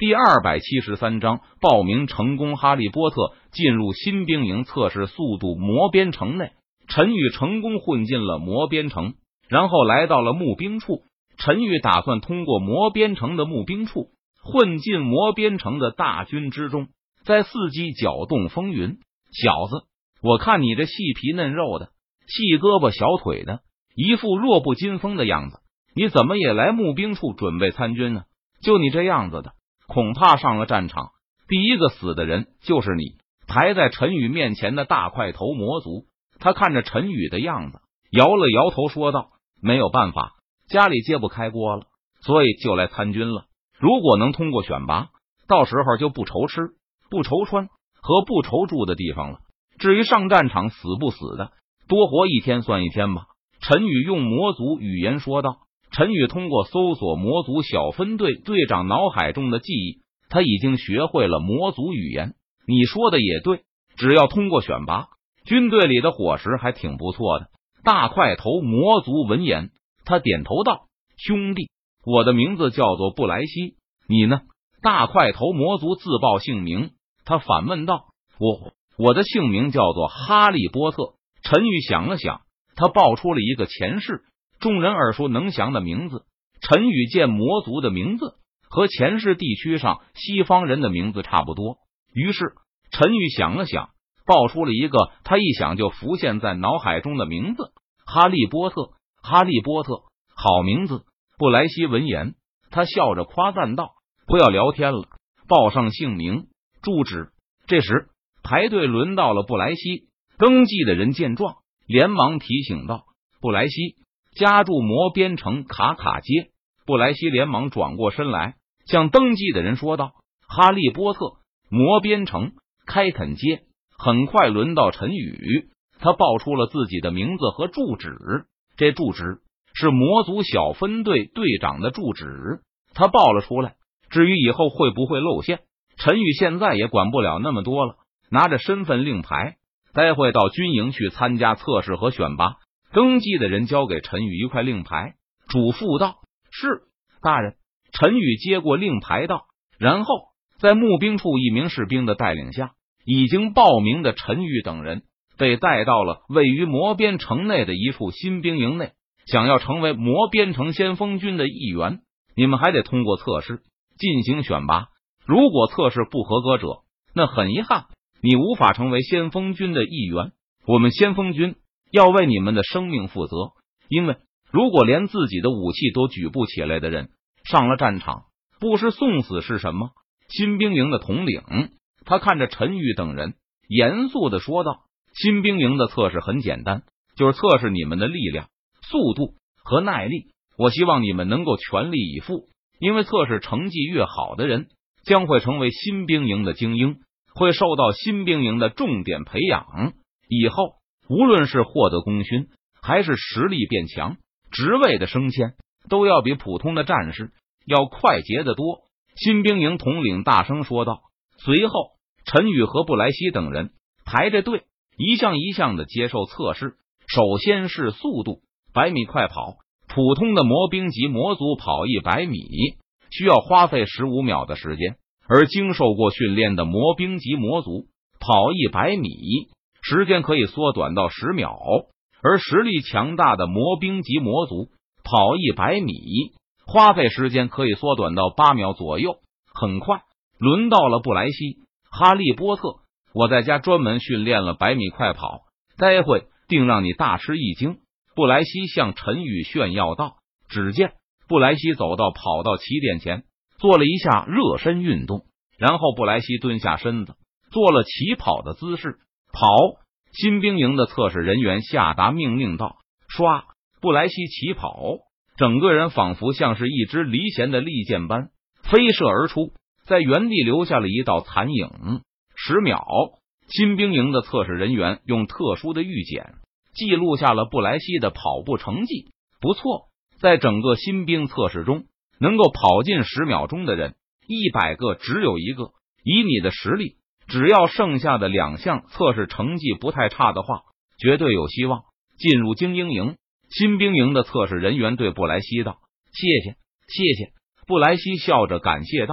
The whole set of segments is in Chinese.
第273章报名成功。哈利波特进入新兵营测试速度。魔边城内，陈宇成功混进了魔边城，然后来到了募兵处。陈宇打算通过魔边城的募兵处混进魔边城的大军之中，在伺机搅动风云。小子，我看你这细皮嫩肉的，细胳膊小腿的，一副弱不禁风的样子，你怎么也来募兵处准备参军呢？就你这样子的，恐怕上了战场第一个死的人就是你。排在陈宇面前的大块头魔族，他看着陈宇的样子，摇了摇头说道：没有办法，家里揭不开锅了，所以就来参军了。如果能通过选拔，到时候就不愁吃不愁穿和不愁住的地方了。至于上战场死不死的，多活一天算一天吧。陈宇用魔族语言说道。陈宇通过搜索魔族小分队队长脑海中的记忆，他已经学会了魔族语言。你说的也对，只要通过选拔，军队里的伙食还挺不错的。大块头魔族闻言，他点头道：兄弟，我的名字叫做布莱希，你呢？大块头魔族自报姓名，他反问道：我的姓名叫做哈利波特。陈宇想了想，他报出了一个前世众人耳熟能详的名字。陈宇见魔族的名字和前世地区上西方人的名字差不多，于是陈宇想了想，报出了一个他一想就浮现在脑海中的名字：哈利波特。哈利波特，好名字。布莱希闻言，他笑着夸赞道：不要聊天了，报上姓名住址。这时排队轮到了布莱希。登记的人见状连忙提醒道：布莱希，家住魔边城卡卡街。布莱希连忙转过身来，向登记的人说道：哈利波特，魔边城开垦街。很快轮到陈宇，他报出了自己的名字和住址。这住址是魔族小分队队长的住址，他报了出来。至于以后会不会露馅，陈宇现在也管不了那么多了。拿着身份令牌，待会到军营去参加测试和选拔。登记的人交给陈宇一块令牌，嘱咐道：是，大人。陈宇接过令牌道，然后在募兵处一名士兵的带领下，已经报名的陈宇等人被带到了位于魔边城内的一处新兵营内。想要成为魔边城先锋军的一员，你们还得通过测试进行选拔。如果测试不合格者，那很遗憾，你无法成为先锋军的一员。我们先锋军要为你们的生命负责，因为如果连自己的武器都举不起来的人上了战场，不是送死是什么？新兵营的统领他看着陈宇等人，严肃地说道：新兵营的测试很简单，就是测试你们的力量、速度和耐力。我希望你们能够全力以赴，因为测试成绩越好的人将会成为新兵营的精英，会受到新兵营的重点培养。以后无论是获得功勋，还是实力变强、职位的升迁，都要比普通的战士要快捷得多。新兵营统领大声说道。随后陈宇和布莱希等人排着队，一项一项的接受测试。首先是速度，100米快跑。普通的魔兵级魔族跑100米需要花费15秒的时间，而经受过训练的魔兵级魔族跑100米时间可以缩短到10秒，而实力强大的魔兵级魔族跑100米花费时间可以缩短到8秒左右。很快轮到了布莱希。哈利波特，我在家专门训练了100米快跑，待会定让你大吃一惊。布莱希向陈宇炫耀道。只见布莱希走到跑道起点前，做了一下热身运动，然后布莱希蹲下身子，做了起跑的姿势。跑！新兵营的测试人员下达命令道。唰！布莱希起跑，整个人仿佛像是一支离弦的利箭般飞射而出，在原地留下了一道残影。10秒！新兵营的测试人员用特殊的预检记录下了布莱希的跑步成绩。不错，在整个新兵测试中，能够跑进10秒钟的人100个只有一个。以你的实力，只要剩下的2项测试成绩不太差的话，绝对有希望进入精英营。新兵营的测试人员对布莱希道。谢谢。布莱希笑着感谢道。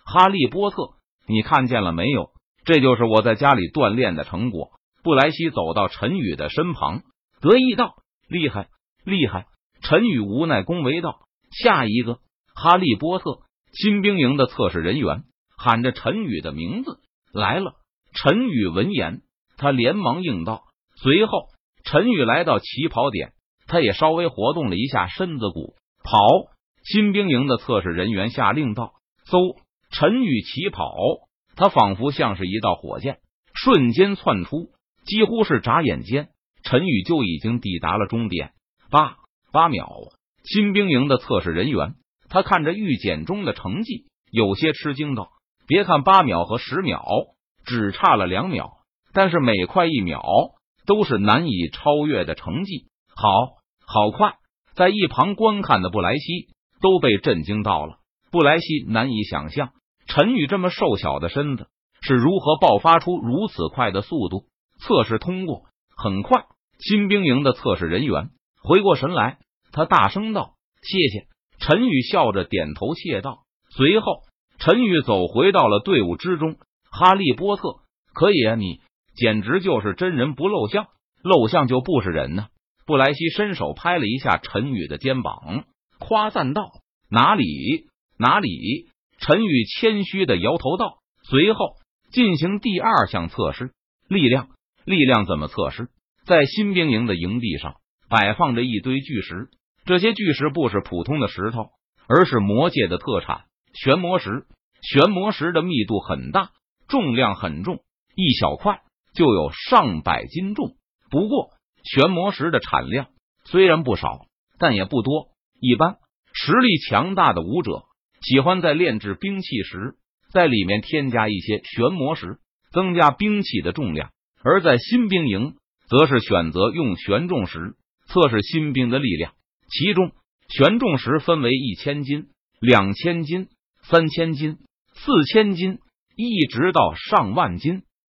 哈利波特，你看见了没有？这就是我在家里锻炼的成果。布莱希走到陈宇的身旁，得意道：“厉害，厉害！”陈宇无奈恭维道：“下一个。”哈利波特，新兵营的测试人员喊着陈宇的名字来了。陈宇闻言，他连忙应道。随后，陈宇来到起跑点，他也稍微活动了一下身子骨。跑！新兵营的测试人员下令道。嗖！陈宇起跑，他仿佛像是一道火箭，瞬间窜出，几乎是眨眼间，陈宇就已经抵达了终点。8秒！新兵营的测试人员，他看着预检中的成绩，有些吃惊道：“别看8秒和10秒只差了2秒，但是每快1秒都是难以超越的成绩。好快！”在一旁观看的布莱希都被震惊到了。布莱希难以想象陈宇这么瘦小的身子是如何爆发出如此快的速度。测试通过，很快，新兵营的测试人员回过神来，他大声道：“谢谢。”陈宇笑着点头谢道。随后，陈宇走回到了队伍之中。哈利波特，可以啊，你简直就是真人不露相，露相就不是人呢。布莱希伸手拍了一下陈宇的肩膀，夸赞道：“哪里？”陈宇谦虚的摇头道。随后进行第2项测试，力量怎么测试？在新兵营的营地上摆放着一堆巨石，这些巨石不是普通的石头，而是魔界的特产玄魔石。玄魔石的密度很大，重量很重，一小块就有上百斤重。不过玄魔石的产量虽然不少，但也不多。一般实力强大的武者喜欢在炼制兵器时，在里面添加一些玄魔石，增加兵器的重量。而在新兵营，则是选择用玄重石测试新兵的力量。其中，玄重石分为1000斤、2000斤、3000斤、4000斤，一直到上万斤。